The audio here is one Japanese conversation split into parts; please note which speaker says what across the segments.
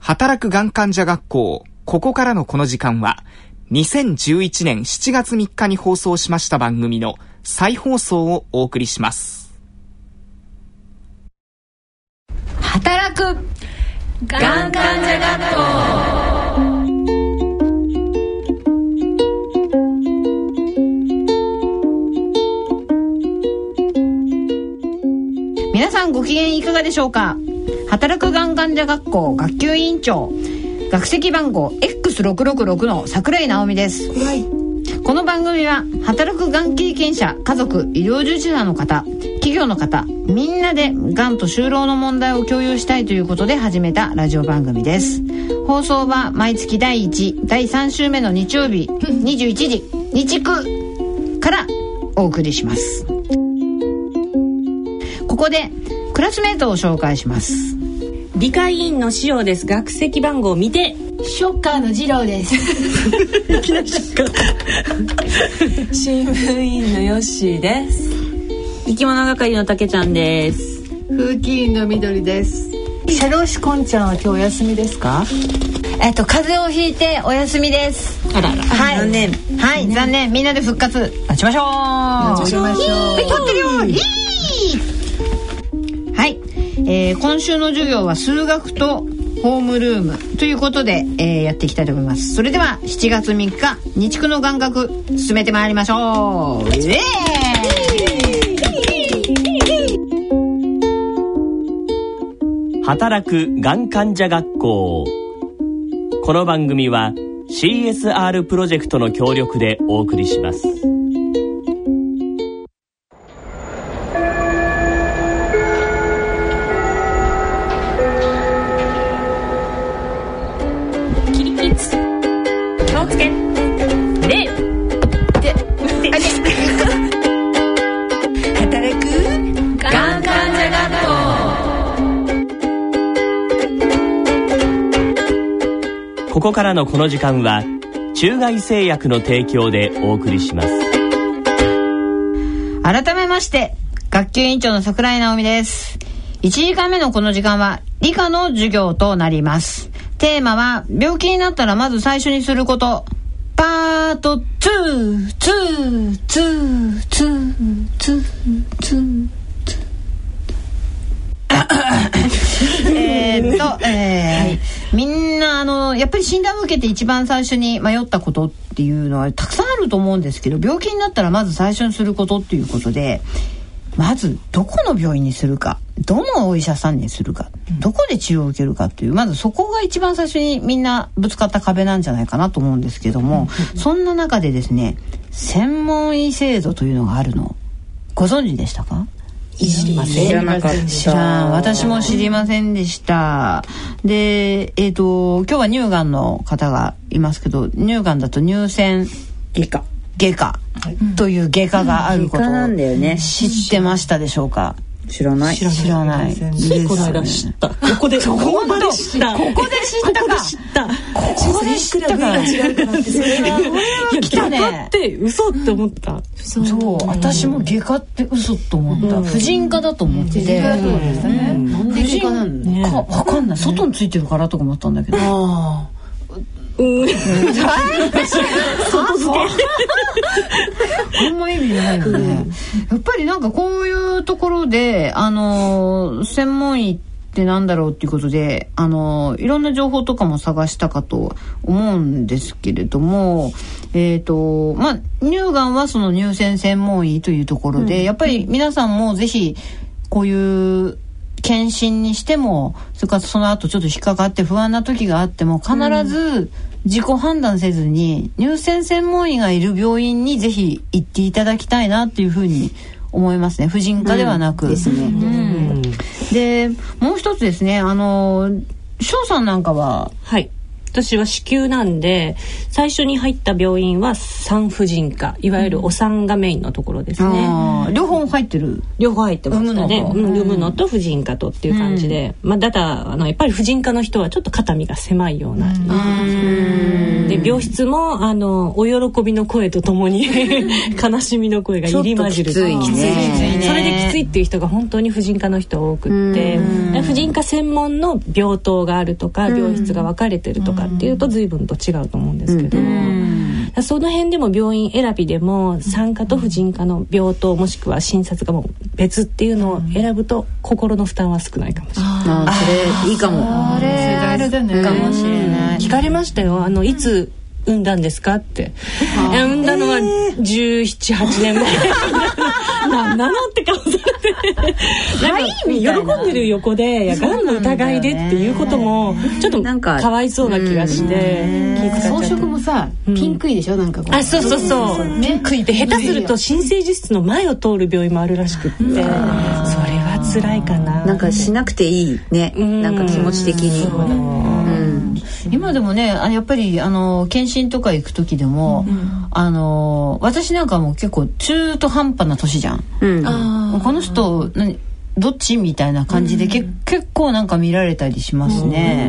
Speaker 1: 働くがん患者学校、ここからのこの時間は、2011年7月3日に放送しました番組の再放送をお送りします。
Speaker 2: 働くがん患者学校。皆さんご機嫌いかがでしょうか。働くがん患者学校学級委員長、学籍番号 X666 の桜井直美です。はい、この番組は働くがん経験者、家族、医療従事者の方、企業の方、みんなでがんと就労の問題を共有したいということで始めたラジオ番組です。放送は毎月第1、第3週目の日曜日21時日区からお送りします。ここでクラスメートを紹介します。
Speaker 3: 理科委員の塩です。学籍番号見て。
Speaker 4: ショッカーの次郎です。
Speaker 3: いきなりショッカー。
Speaker 5: 新聞委員のヨッシーです。
Speaker 3: 生き物係のたけちゃんです。
Speaker 6: 風紀委員のみどりです。
Speaker 7: 社労士こんちゃんは今日お休みですか？
Speaker 2: 風邪をひいてお休みです。
Speaker 3: あらら、
Speaker 2: はい、
Speaker 3: 残念。
Speaker 2: はい、残念。みんなで復活待ちましょう。
Speaker 6: 待ちましょう。
Speaker 2: 撮ってるよ。はい、今週の授業は数学とホームルームということで、やっていきたいと思います。それでは7月3日日区の眼学進めてまいりましょう。
Speaker 8: 働くがん患者学校。この番組は CSR プロジェクトの協力でお送りします。ここからのこの時間は中外製薬の提供でお送りします。
Speaker 2: 改めまして学級委員長の桜井直美です。1時間目のこの時間は理科の授業となります。テーマは病気になったらまず最初にすること、パート2。みんなやっぱり診断を受けて一番最初に迷ったことっていうのはたくさんあると思うんですけど、病気になったらまず最初にすることっていうことで、まずどこの病院にするか、どのお医者さんにするか、どこで治療を受けるかっていう、まずそこが一番最初にみんなぶつかった壁なんじゃないかなと思うんですけども、そんな中でですね、専門医制度というのがあるのご存知でしたか？
Speaker 3: 知りません。知らなかった。
Speaker 2: 私も知りませんでした。で、今日は乳がんの方がいますけど、乳がんだと乳腺外科という外科があることを知ってましたでしょうか？
Speaker 3: 知らない。
Speaker 2: つい
Speaker 3: この間知った。ここで知ったか。
Speaker 2: それは来たね。
Speaker 3: 外科って嘘って思った。
Speaker 2: そう、私も外科って嘘と思った。婦人科だと思って。
Speaker 6: なんで外科なんだね。
Speaker 2: わかんない。外についてるからとか思ったんだけど。あんま意味ないよね。やっぱりなんかこういうところで専門医ってなんだろうっていうことでいろんな情報とかも探したかと思うんですけれども、乳がんはその乳腺専門医というところで、やっぱり皆さんもぜひこういう検診にしても、それからその後ちょっと引っかかって不安な時があっても、必ず自己判断せずに乳腺専門医がいる病院にぜひ行っていただきたいなっていうふうに思いますね。婦人科ではなく、
Speaker 3: ですね。
Speaker 2: でもう一つですね、翔さんなんかは、
Speaker 3: はい、 私は子宮なんで最初に入った病院は産婦人科、いわゆるお産がメインのところですね。
Speaker 2: 両方入ってる。
Speaker 3: 両方入ってましたね。産むのと婦人科とっていう感じで、やっぱり婦人科の人はちょっと肩身が狭いようなで、病室もお喜びの声とともに悲しみの声が入り混じる。
Speaker 9: ちょっときついね。
Speaker 3: それできついっていう人が本当に婦人科の人多くって、婦人科専門の病棟があるとか病室が分かれてるとかっていうと随分と違うと思うんですけど、その辺でも病院選びでも産科と婦人科の病棟もしくは診察がもう別っていうのを選ぶと心の負担は少ないかもしれない。
Speaker 9: それいいかも。
Speaker 2: あれだね。かもしれない。
Speaker 3: 聞かれましたよ。いつ産んだんですかって。産んだのは17、8年前。なのって顔されて。喜んでる横で、がんの疑いでっていうことも、ちょっとかわいそうな気がして。
Speaker 4: 装飾もさ、ピンクいでしょ、なんかこう。
Speaker 3: そう。ピンクいって下手すると新生児室の前を通る病院もあるらしくって。それは辛いかな。
Speaker 9: なんかしなくていいね。なんか気持ち的に。
Speaker 2: 今でもね、やっぱり検診とか行く時でも、私なんかもう結構中途半端な年じゃん。この人どっちみたいな感じで、結構なんか見られたりしますね。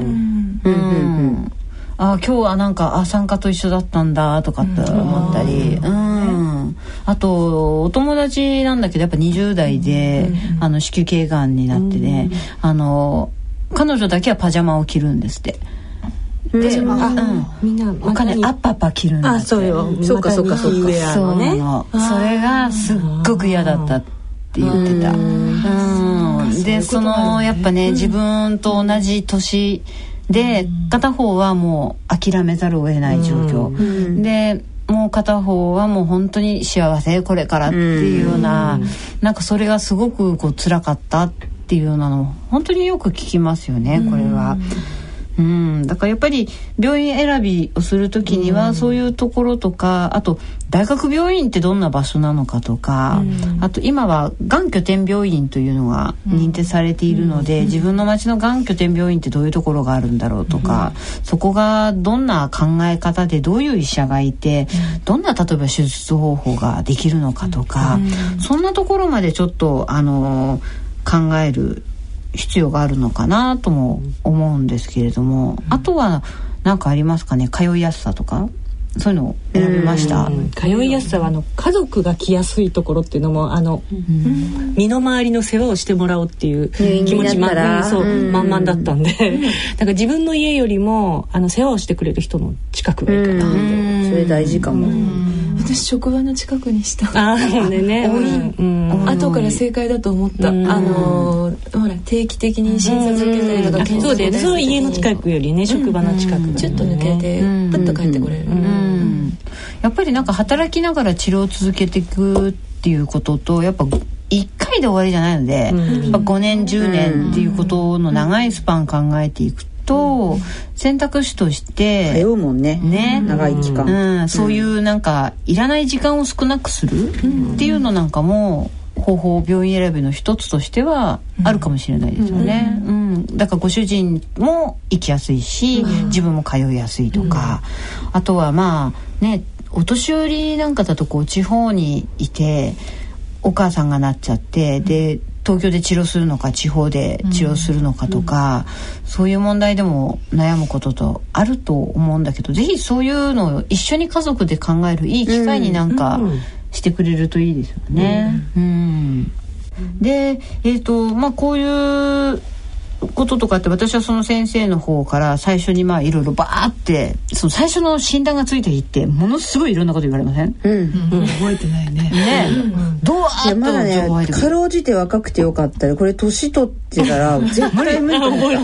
Speaker 2: 今日はなんか産科と一緒だったんだとかって思ったり、あとお友達なんだけどやっぱ20代で子宮頸がんになってね、彼女だけはパジャマを着るんですって。で、みんなお金アッパ着るんだって。
Speaker 3: そうよ。
Speaker 9: そうか。
Speaker 2: そうなの。それがすっごく嫌だったって言ってた。で、やっぱね、自分と同じ年で片方はもう諦めざるを得ない状況で、もう片方はもう本当に幸せこれからっていうような、なんかそれがすごく辛かったっていうようなの本当によく聞きますよね、これは。だからやっぱり病院選びをするときにはそういうところとか、あと大学病院ってどんな場所なのかとか、あと今はがん拠点病院というのが認定されているので、自分の町のがん拠点病院ってどういうところがあるんだろうとか、そこがどんな考え方でどういう医者がいて、どんな例えば手術方法ができるのかとか、そんなところまでちょっと考える必要があるのかなとも思うんですけれども、あとは何かありますかね。通いやすさとかそういうのを選びました。
Speaker 3: 通いやすさは家族が来やすいところっていうのも身の回りの世話をしてもらおうっていう気持ち満々だったんで、だから自分の家よりも世話をしてくれる人の近くがいいかなって。
Speaker 9: それ大事かも。
Speaker 5: 私職場の近くにした。
Speaker 3: ね、
Speaker 5: 後から正解だと思った。ほら定期的に診察受けたりとか検査
Speaker 3: そうで、その家の近くよりね、職場の近く
Speaker 5: ちょっと抜けてパッと帰ってこれる。
Speaker 2: やっぱりなんか働きながら治療を続けていくっていうことと、やっぱ1回で終わりじゃないので、やっぱ5年10年っていうことの長いスパン考えていくと、選択肢として
Speaker 9: 通うもんね、長い期間、
Speaker 2: そういうなんかいらない時間を少なくするっていうのなんかも方法、病院選びの一つとしてはあるかもしれないですよね。だからご主人も行きやすいし、自分も通いやすいとか、あとはお年寄りなんかだと地方にいてお母さんがなっちゃって、で東京で治療するのか地方で治療するのかとか、そういう問題でも悩むこととあると思うんだけど、ぜひそういうのを一緒に家族で考えるいい機会になんかしてくれるといいですよね。で、こういうこととかって私はその先生の方から最初にいろいろバーってその最初の診断がついた日ってものすごいいろんなこと言われません？覚
Speaker 6: えてないね。
Speaker 2: どうあっと
Speaker 9: まだね、かろうじて若くてよかったら、これ年取ってたら絶対無理かも。
Speaker 2: もう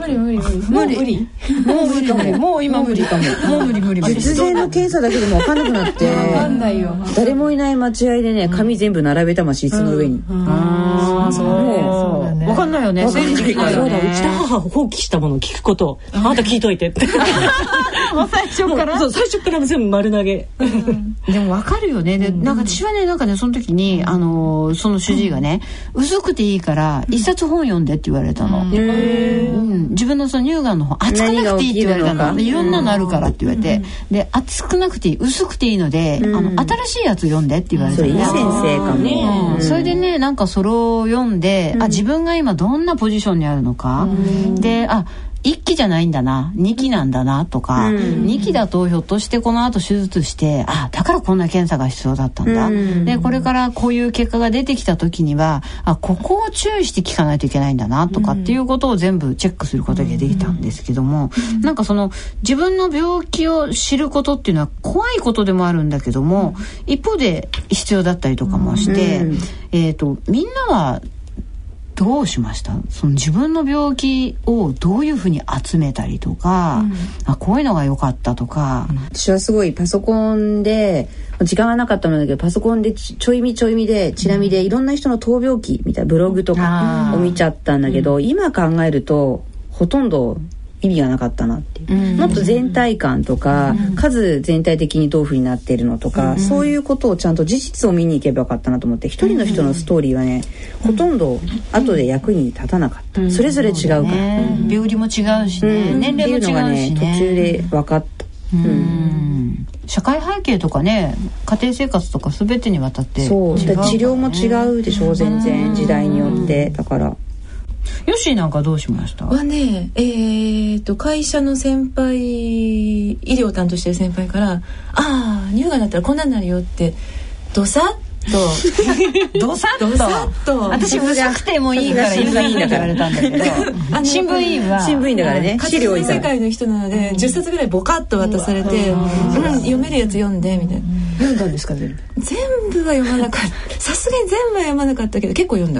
Speaker 2: 今無理かも。もう無理。
Speaker 9: 術前の検査だけでも分かんなくなって、
Speaker 4: 分かんないよ。
Speaker 9: 誰もいない待合でね、紙全部並べたシーツの上に。
Speaker 2: そう分かんないよね。生理の時から
Speaker 3: そうだ、うちの母放棄したものを聞くことをあなた聞いといてって
Speaker 2: もう最初から
Speaker 3: そう最初から全部丸投げ、
Speaker 2: でも分かるよね。でなんか私はねなんかねその時にその主治医がね、薄くていいから一冊本読んでって言われたの。自分のその乳がんの本厚くなくていいって言われたの。いろんなのあるからって言われて、で厚くなくていい薄くていいので新しいやつ読んでって言われたの。
Speaker 9: それいい先生かもね。
Speaker 2: それでねなんかそれを読んで、自分が今どんなポジションにあるのか、で1期じゃないんだな2期なんだなとか、2期だとひょっとしてこの後手術してだからこんな検査が必要だったんだ、でこれからこういう結果が出てきた時にはここを注意して聞かないといけないんだなとかっていうことを全部チェックすることができたんですけども、なんかその自分の病気を知ることっていうのは怖いことでもあるんだけども、一方で必要だったりとかもして、みんなはどうしました？その自分の病気をどういうふうに集めたりとか、こういうのが良かったとか。
Speaker 9: 私はすごいパソコンで時間がなかったのだけどパソコンでちょい見でチラ見でいろんな人の闘病記みたいなブログとかを見ちゃったんだけど、今考えるとほとんど意味がなかったなっていう、もっと全体感とか、数全体的にどういう風になっているのとか、そういうことをちゃんと事実を見に行けばよかったなと思って、一人の人のストーリーはね、ほとんど後で役に立たなかった、それぞれ違うから、
Speaker 2: 病理も違うしね、年齢も違うしね、っていうのがね途中で分かった。社会背景とかね家庭生活とか全てにわたって違う、
Speaker 9: 治療も違うでしょ、全然時代によって。だから
Speaker 2: ヨッシーなんかどうしました？
Speaker 5: はね、会社の先輩、医療を担当してる先輩から乳がんだったらこんなになるよってドサッ
Speaker 2: ドサッと私薄くてもいいから言われたんだけど新聞員は
Speaker 9: 新聞員だからね、
Speaker 5: 資料いい世界の人なので10冊ぐらいボカッと渡されて、読めるやつ読んでみたいな。
Speaker 6: 読んだんですか？全
Speaker 5: 部は読まなかった。さすがに全部は読まなかったけど結構読んだ。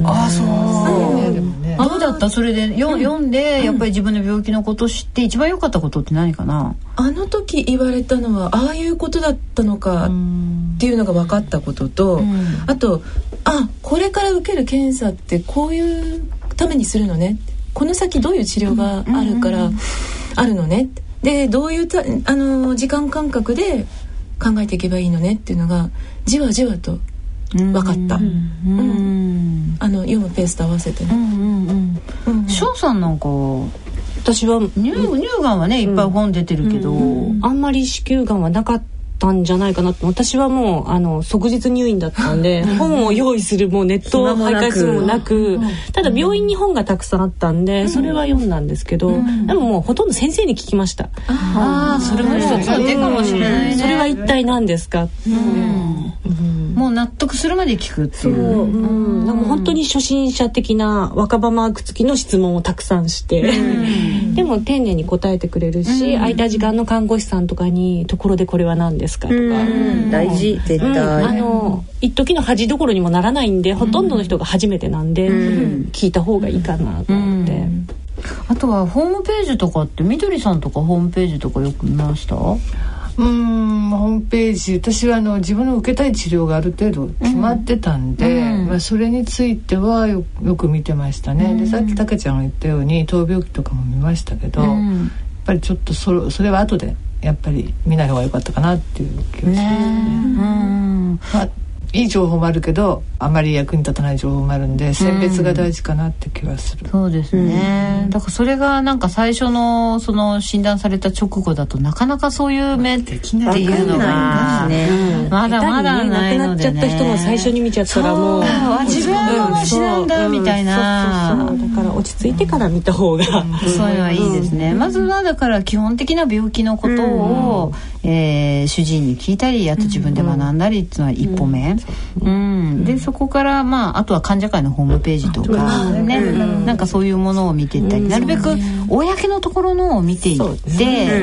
Speaker 2: そうどうだった？それで読んでやっぱり自分の病気のことを知って一番良かったことって何かな？
Speaker 5: あの時言われたのはああいうことだったのかっていうのが分かったことと、あとこれから受ける検査ってこういうためにするのね、この先どういう治療があるからあるのね、でどういう時間感覚で考えていけばいいのねっていうのがじわじわと分かった。読むペースと合わせてね。
Speaker 2: 翔さんなんか
Speaker 3: 私は
Speaker 2: 乳がんはねいっぱい本出てるけど、
Speaker 3: あんまり子宮がんはなかったんじゃないかなと。私はもう即日入院だったんで本を用意するもうネットを徘徊するもなく、ただ病院に本がたくさんあったんでそれは読んだんですけど、でももうほとんど先生に聞きました。
Speaker 2: それも一つの手かもしれないね。
Speaker 3: それは一体何ですか？
Speaker 2: もう納得するまで聞くっていう。
Speaker 3: でも本当に初心者的な若葉マーク付きの質問をたくさんして、でも丁寧に答えてくれるし、空いた時間の看護師さんとかにところでこれは何ですかとか、
Speaker 9: 大事絶対。
Speaker 3: 一時の恥どころにもならないんで、ほとんどの人が初めてなんで、聞いた方がいいかなと思って。
Speaker 2: あとはホームページとかってみどりさんとかホームページとかよく見ました？
Speaker 6: ホームページ、私は自分の受けたい治療がある程度決まってたんで、それについてはよく見てましたね。でさっきたけちゃんが言ったように闘病期とかも見ましたけど、やっぱりちょっとそれは後でやっぱり見ない方が良かったかなっていう気がしますね。いい情報もあるけどあまり役に立たない情報もあるんで、選別が大事かなって気はする。
Speaker 2: そうですね、だからそれがなんか最初のその診断された直後だとなかなかそういう目っていうのがまだまだないのでね、
Speaker 3: 亡くなっちゃった人も最初に見ちゃったらもう
Speaker 2: 自分も死なんだみたいな、
Speaker 3: だから落ち着いてから見た方が
Speaker 2: そういうのはいいですね。まずはだから基本的な病気のことを主治医に聞いたり、あと自分で学んだりっていうのは一歩目、でそこからあとは患者会のホームページとかね、なんかそういうものを見ていったり、なるべく公のところのを見ていって、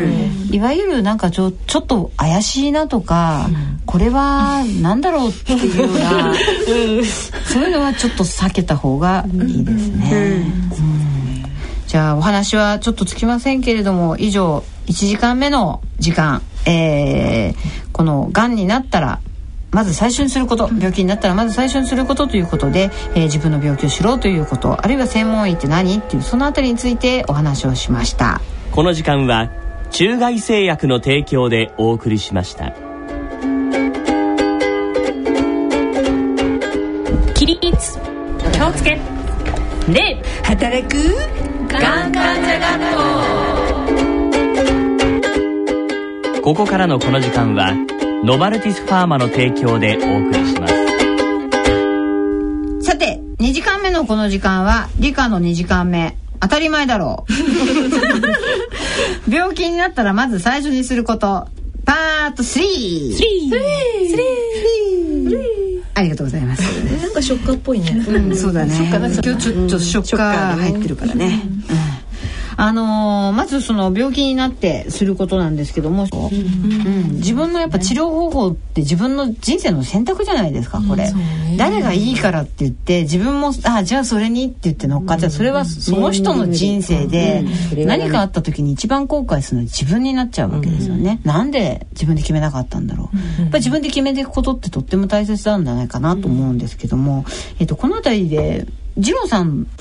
Speaker 2: いわゆるなんかちょっと怪しいなとか、これはなんだろうっていうようなそういうのはちょっと避けた方がいいですね。じゃあお話はちょっとつきませんけれども、以上1時間目の時間、このがんになったらまず最初にすること、病気になったらまず最初にすることということで、自分の病気を知ろうということ、あるいは専門医って何っていうそのあたりについてお話をしました。
Speaker 8: この時間は中外製薬の提供でお送りしました。
Speaker 3: 起立、気をつけで
Speaker 4: 働くがん患者学校。
Speaker 8: ここからのこの時間はノバルティスファーマの提供でお送りします。
Speaker 2: さて2時間目のこの時間は理科の2時間目、当たり前だろう病気になったらまず最初にすることパート3。ありがとうございます。
Speaker 5: なんかショッカーっぽいね。
Speaker 2: そうだね。今日ちょっとショッカー入ってるからね。まずその病気になってすることなんですけども、自分のやっぱ治療方法って自分の人生の選択じゃないですか、これ。誰がいいからって言って自分もじゃあそれにって言って乗っかっちゃう。それはその人の人生で何かあった時に一番後悔するのは自分になっちゃうわけですよね。なんで自分で決めなかったんだろう。やっぱり自分で決めていくことってとっても大切なんじゃないかなと思うんですけども、このあたりでジローさん、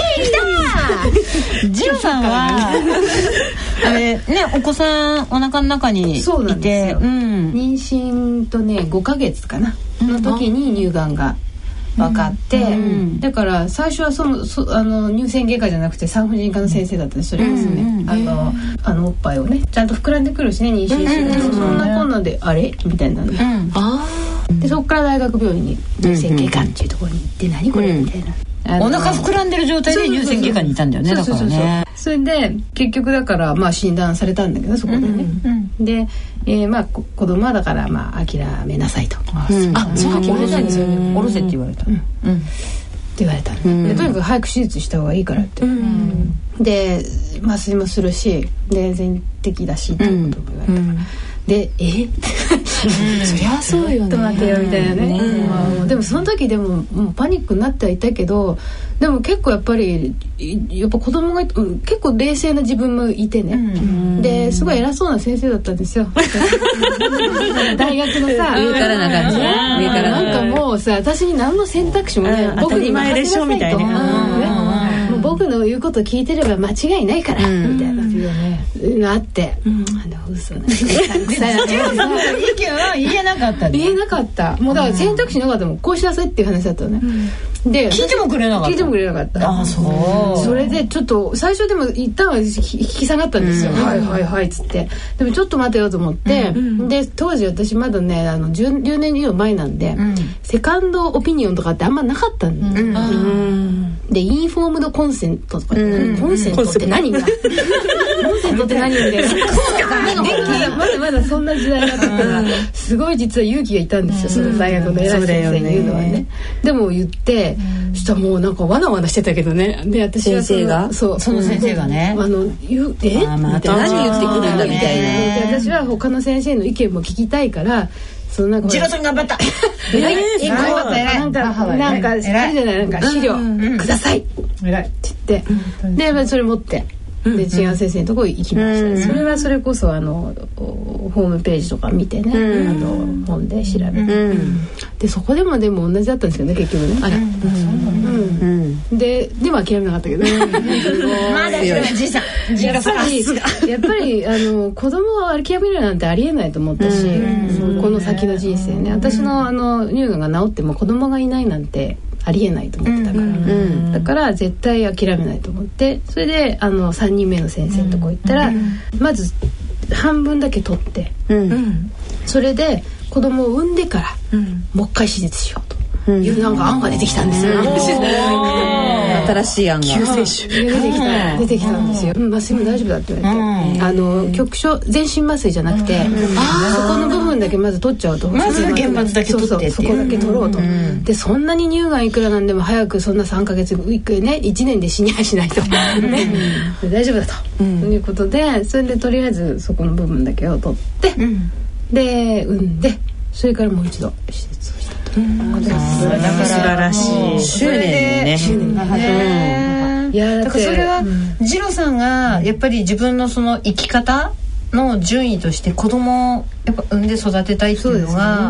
Speaker 2: ジローさんはあれね、お子さんお腹の中にいて、
Speaker 4: そうなんですよ、妊娠とね5ヶ月かなの時に乳がんが分かって、だから最初は乳腺外科じゃなくて産婦人科の先生だったんです。それですね、おっぱいをねちゃんと膨らんでくるしね、妊娠して、そんなこんなんであれみたいなの、でそこから大学病院に乳腺外科っていうところに行って、何これみたいな、
Speaker 2: お腹膨らんでる状態で乳腺外科にいたんだよね。だからね。
Speaker 4: それで結局だから診断されたんだけど、そこでね、で、子供はだから諦めなさいと。
Speaker 2: そう決めたんですよね。おろせって言われた。って
Speaker 4: 言われた。でとにかく早く手術した方がいいからって。で麻酔もするし、で全摘だしっていうことも言われたから。で
Speaker 5: そりゃそうよね。
Speaker 4: と待てよみたいなね。でもその時でもパニックになってはいたけど、でも結構やっぱ子供が結構冷静な自分もいてね、ですごい偉そうな先生だったんですよ。大学のさ、
Speaker 2: 上からな感じ、
Speaker 4: なんかもうさ、私に何の選択肢もね、僕に任せなさいと、もう僕の言うこと聞いてれば間違いないから、みたいなのあって、嘘なん臭いなって意見は言えなかった。言えなかった。もうだから選択肢なかったもん、こうしなさいっていう話だったのね。で
Speaker 2: 聞いてもくれなかった。
Speaker 4: それでちょっと最初でも一旦は引き下がったんですよ。はいっつって。でもちょっと待てよと思って、で当時私まだね10年以上前なんで、セカンドオピニオンとかってあんまなかったんで、インフォームドコンセントとか、コンセントって何がコンセントって何みたいな、まだそんな時代だったから、すごい実は勇気がいたんですよ、その大学の偉い先生に言うのはね。でも言って、そしたらもうなんかわなわなしてたけどね。で私は
Speaker 2: その先生がね、
Speaker 4: 何言ってくるんだみたいな。で私は他の先生の意見も聞きたいから、
Speaker 2: ジロさん頑張った。
Speaker 4: 偉い。なんかあれじゃない、なんか資料ください。偉いって言って、でそれ持って。で違う先生のところ行きました。それはそれこそホームページとか見てね、本で調べて、でそこでも同じだったんですけどね、結局ね。でも諦めなかったけど。
Speaker 2: まだじいさん。
Speaker 4: やっぱり子供を諦めるなんてありえないと思ったし、この先の人生ね、私の乳がんが治っても子供がいないなんてありえないと思ってたから、だから絶対諦めないと思って、それで3人目の先生のとこ行ったら、まず半分だけ取って、それで子供を産んでから、もう一回手術しようというなんか案が出てきたんですよ。
Speaker 2: 新しい案が
Speaker 4: 救世主出てきたんですよ。麻酔も大丈夫だって言われて、局所全身麻酔じゃなくて、そこの部分だけまず取っちゃうと、
Speaker 2: まず原発だけ取って
Speaker 4: そこだけ取ろうと。でそんなに乳がんいくらなんでも早くそんな3ヶ月ね1年で死にはしないとね、大丈夫だということで、それでとりあえずそこの部分だけを取って、で産んで、それからもう一度手術をした。
Speaker 2: 素晴らしい執念ね。
Speaker 4: いや
Speaker 2: だからそれはジロさんがやっぱり自分のその生き方の順位として子供をやっぱ産んで育てたいっていうのが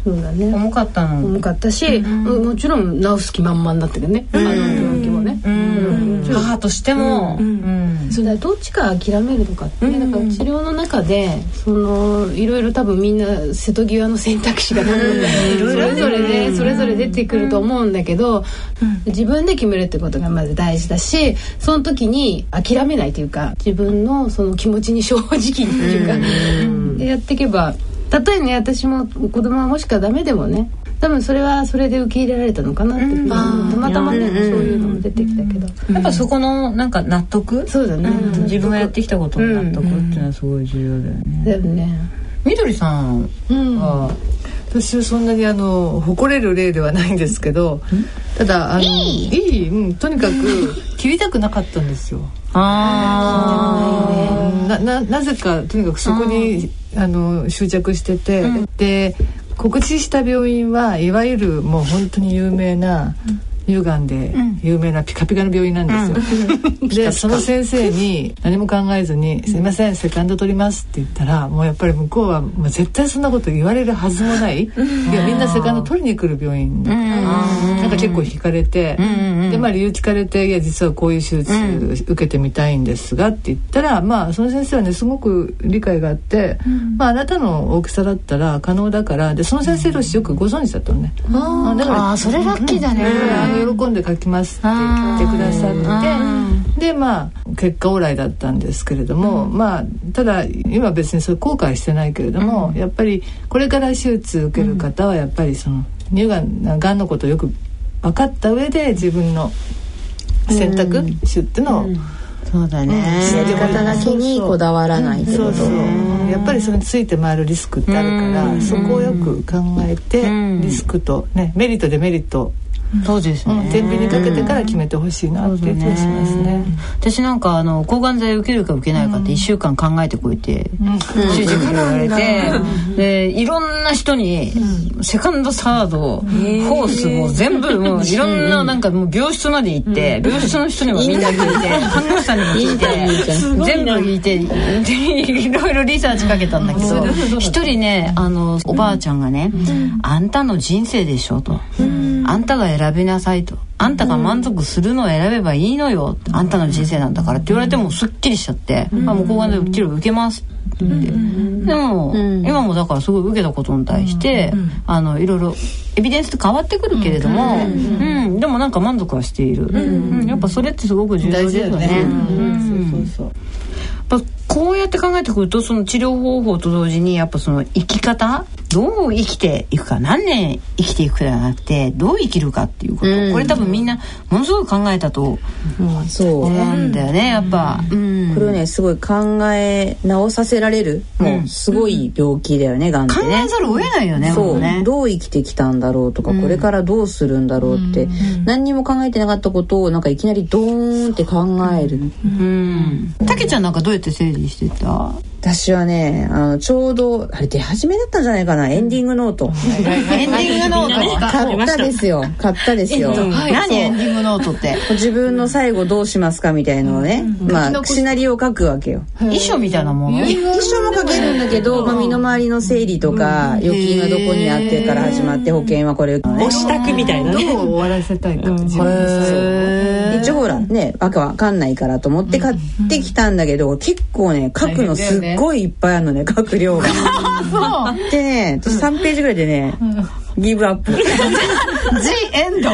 Speaker 4: そうだね。
Speaker 2: 重かったの。
Speaker 4: 重かったし、もちろん治す気満々だったけどね、病気もね。
Speaker 2: 母としても、
Speaker 4: それどっちか諦めるとかってね、だから治療の中でいろいろ多分みんな瀬戸際の選択肢が多分それぞれ出てくると思うんだけど、自分で決めるってことがまず大事だし、その時に諦めないというか、自分のその気持ちに正直にっていうか、やっていけば、たとえね私も子供はもしかダメでもね、多分それはそれで受け入れられたのかなって、たまたまね、そういうのも出てきたけど、
Speaker 2: やっぱそこのなんか納得、
Speaker 4: そうだね、
Speaker 2: 自分がやってきたことの納得っていうのはすごい重要だよね。
Speaker 4: だよね。
Speaker 2: みどりさんは、
Speaker 6: 私はそんなに誇れる例ではないんですけど、ただとにかく切りたくなかったんですよ。なぜかとにかくそこに執着してて、で告知した病院はいわゆるもう本当に有名な乳がんで有名なピカピカの病院なんですよ。でその先生に何も考えずに「すいませんセカンド取ります」って言ったら、もうやっぱり向こうはもう絶対そんなこと言われるはずもない、いやみんなセカンド取りに来る病院だから、なんか結構惹かれて、で理由聞かれて「いや実はこういう手術受けてみたいんですが」って言ったら、その先生はねすごく理解があって、あなたの大きさだったら可能だから、でその先生同士よくご存知だったのね。だから
Speaker 2: それラッキーだね。
Speaker 6: 喜んで書きますって言ってくださって、で結果オーライだったんですけれども、ただ今別にそれ後悔してないけれども、やっぱりこれから手術受ける方はやっぱりその乳がんのことをよく分かった上で自分の選択肢っていうのを、
Speaker 9: そうだね、やり方だけにこだわらないってこと。
Speaker 6: やっぱりそれについて回るリスクってあるから、そこをよく考えて、リスクとね、メリットデメリット、
Speaker 2: そうですね、
Speaker 6: 天秤にかけてから決めてほしいなっていう気がしますね。
Speaker 2: 私なんか抗がん剤受けるか受けないかって1週間考えてこいて主治医に言われて、でいろんな人にセカンドサードホースも全部もういろんななんかもう病室まで行って、病室の人にもみんな聞いて、看護師さんにも聞いて全部聞いていろいろリサーチかけたんだけど、一人ねおばあちゃんがね、あんたの人生でしょと、あんたが選びなさいと、あんたが満足するのを選べばいいのよ、あんたの人生なんだからって言われてもすっきりしちゃって、もう抗がん剤治療受けますって言って、でも、今もだからすごい受けたことに対して、いろいろエビデンスって変わってくるけれども、でもなんか満足はしている、やっぱそれってすごく重要ですよね。こうやって考えてくると、その治療方法と同時にやっぱその生き方、どう生きていくか、何年生きていくかじゃなくてどう生きるかっていうこと、これ多分みんなものすごい考えたと思うんだよね、やっぱ、
Speaker 9: これをねすごい考え直させられる、もうすごい病気だよね、がんってね。
Speaker 2: 考えざるを得ないよね。
Speaker 9: そう
Speaker 2: ね、
Speaker 9: どう生きてきたんだろうとか、これからどうするんだろうって、何にも考えてなかったことをなんかいきなりドーンって考える。
Speaker 2: たけちゃんなんかどうやって整理してた？
Speaker 9: 私はねちょうどあれ出始めだったんじゃないかな、エンディングノート。
Speaker 2: エンディングノート
Speaker 9: 買ったですよ。
Speaker 2: 何エンディングノートって？
Speaker 9: 自分の最後どうしますかみたいのをね、シナリオを書くわけよ。
Speaker 2: 遺書みたいなもの？
Speaker 9: 遺書も書けるんだけど、身の回りの整理とか、預金はどこにあってから始まって、保険はこれ、
Speaker 3: お支度みたいなね。
Speaker 6: どう終わらせたいか、自分
Speaker 9: で一応ほらね、わかんないからと思って買ってきたんだけど、結構ね書くのすっごいいっぱいあるのね、書く量が。でね、私3ページぐらいでね、ギブアップ。ジ
Speaker 2: エンド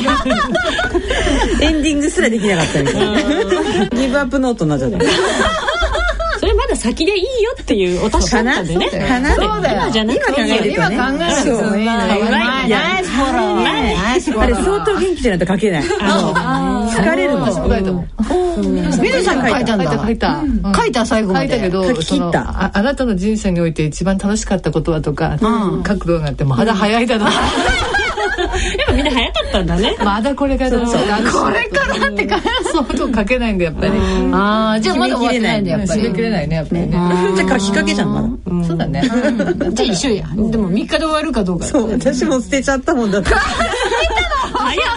Speaker 9: エンディングすらできなかったみたいな。ギブアップノートになっちゃった。
Speaker 3: それまだ先でいいよっていうお達しだったんでね。
Speaker 9: そうだよ。今考えるとね。ナイスフォロー。あれ相当元気じゃないと書けない。疲れるの。
Speaker 2: みずさん書いたんだ。書いた最後まで。
Speaker 6: 書いたけど、
Speaker 9: 書き切った。
Speaker 6: あなたの人生において一番楽しかったことはとか書くのがあって、まだ早いだろう。
Speaker 3: やっぱみんな早かったんだね。
Speaker 6: まだこれから
Speaker 2: これからってか、
Speaker 6: そうと書けないんだやっぱり。
Speaker 2: じゃあまだ終わってないんだやっぱり。
Speaker 6: 締め切れないねやっぱりね。
Speaker 9: じゃあ書きかけじゃんまだ。
Speaker 6: そうだね。
Speaker 2: じゃあ一緒や。でも3日で終わるかどうか。
Speaker 9: そう、私も捨てちゃったもんだった。
Speaker 3: 早っ。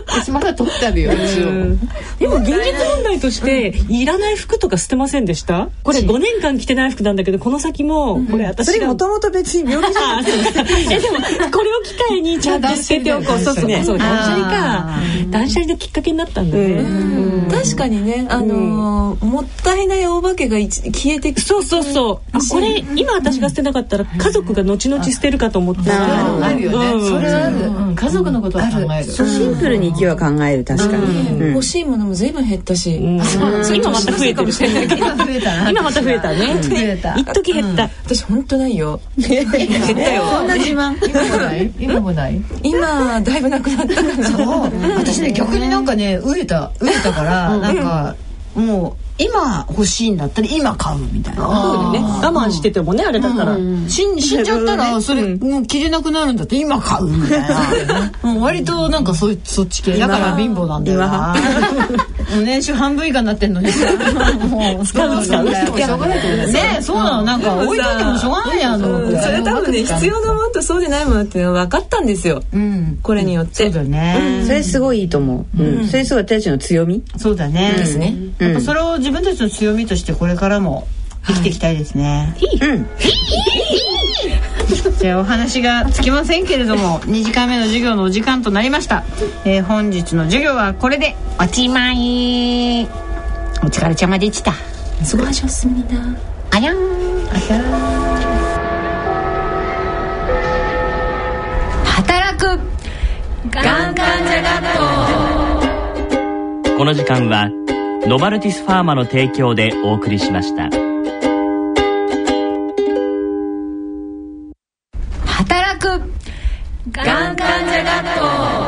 Speaker 6: 私まだ撮ってあるよ一応。
Speaker 3: でも現実問題としていらない服とか捨てませんでした？これ5年間着てない服なんだけどこの先もこれ私が
Speaker 9: それもともと別に病気じゃない。
Speaker 3: でもこれを機会にちゃんと捨てておこう。そうね、そう断捨離か。断捨離のきっかけになったんだね。
Speaker 5: 確かにね、もったいないお化けが消えてく。
Speaker 3: そうそうそう。これ今私が捨てなかったら家族が後々捨てるかと思って。
Speaker 6: あるよね。それはある。家族のことは考える。
Speaker 9: シンプルに生きは考える。確かに。
Speaker 5: 欲しいものも随分減ったし。
Speaker 3: 今また増えてる。今また増えたね。一時減った。
Speaker 5: 私本当ないよ。減ったよ。
Speaker 9: そんな自慢。
Speaker 6: 今もない。
Speaker 5: 今だいぶなくなったから。
Speaker 2: そう。私ね逆になんかね飢えたからなんかもう。今欲しいんだったら今買うみたいな。
Speaker 3: そうだね。我慢しててもねあれだったら
Speaker 2: 死んじゃったらそれもう着れなくなるんだって今買うみたいな。もう割となんかそっち系だから貧乏なんだよな。もう年収半分以下になってんのにさ。もう使うね。そうなのなんか置いといてもしょうがないやん。そ
Speaker 5: れ多分ね必要なものとそうでないものっていうのは分かったんですよ。これによって。
Speaker 2: そうだね。
Speaker 9: それすごいいいと思う。それすごい私たちの強み。
Speaker 2: そうだね。
Speaker 5: ですね。
Speaker 2: やっぱそれを自分たちの強みとしてこれからも生きていきたいですね。じゃあお話がつきませんけれども2時間目の授業のお時間となりました。本日の授業はこれでおしまい。お疲れちゃまでした。
Speaker 5: すごいおすすめだ。
Speaker 2: あやん。働くがん患者学校。
Speaker 8: この時間はノバルティスファーマの提供でお送りしました。
Speaker 2: 働くがん患者学校。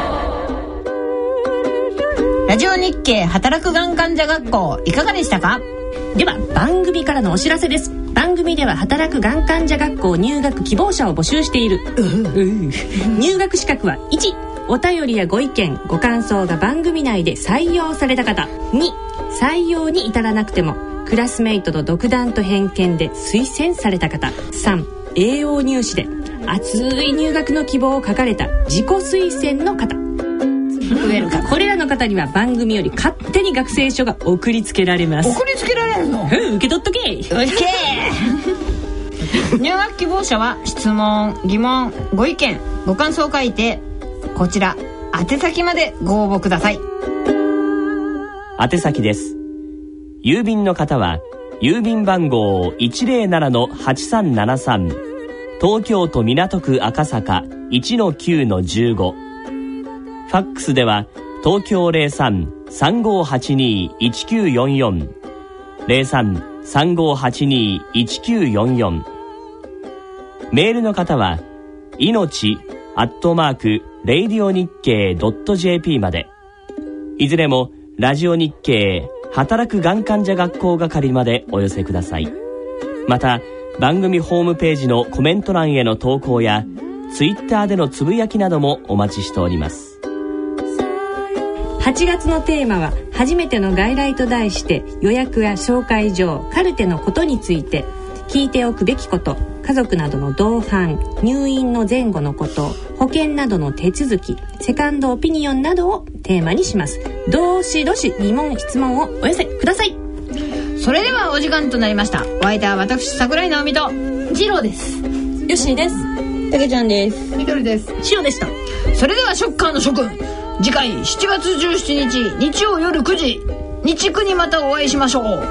Speaker 2: ラジオ日経働くがん患者学校いかがでしたか？
Speaker 3: では番組からのお知らせです。番組では働くがん患者学校入学希望者を募集している。入学資格は1、お便りやご意見ご感想が番組内で採用された方。2、採用に至らなくてもクラスメイトの独断と偏見で推薦された方。3、栄養入試で熱い入学の希望を書かれた自己推薦の方。これらの方には番組より勝手に学生証が送りつけられます。
Speaker 2: 送りつけられるの？
Speaker 3: 受け取っとけ。
Speaker 2: 入学希望者は質問、疑問、ご意見、ご感想を書いてこちら宛先までご応募ください。
Speaker 8: 宛先です。郵便の方は郵便番号 107-8373 東京都港区赤坂 1-9-15。ファックスでは東京 03-3582-1944 03-3582-1944。メールの方は命@radio日経.jp まで。いずれもラジオ日経働くがん患者学校係までお寄せください。また番組ホームページのコメント欄への投稿やツイッターでのつぶやきなどもお待ちしております。
Speaker 3: 8月のテーマは初めての外来と題して予約や紹介状、カルテのことについて、聞いておくべきこと、家族などの同伴、入院の前後のこと、保険などの手続き、セカンドオピニオンなどをテーマにします。どしどし疑問質問をお寄せください。
Speaker 2: それではお時間となりました。お相手は私桜井直美と
Speaker 5: 次郎です。
Speaker 3: よしです。
Speaker 9: たけちゃんです。
Speaker 6: みどりです。
Speaker 3: しおでした。
Speaker 2: それではショッカーの諸君、次回7月17日日曜夜9時日区にまたお会いしましょう。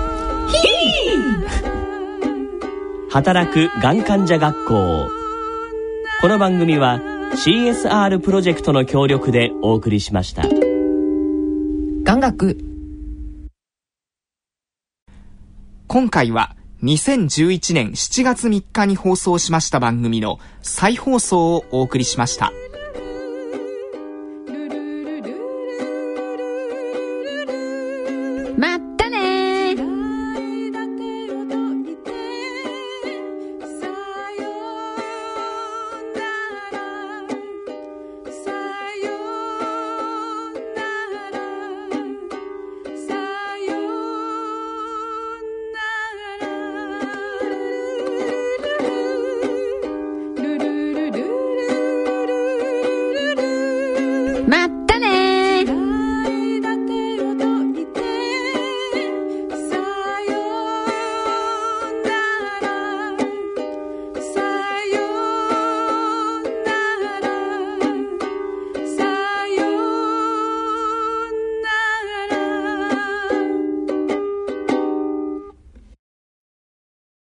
Speaker 8: 働くがん患者学校。この番組は CSR プロジェクトの協力でお送りしました。
Speaker 2: がん学。
Speaker 1: 今回は2011年7月3日に放送しました番組の再放送をお送りしました。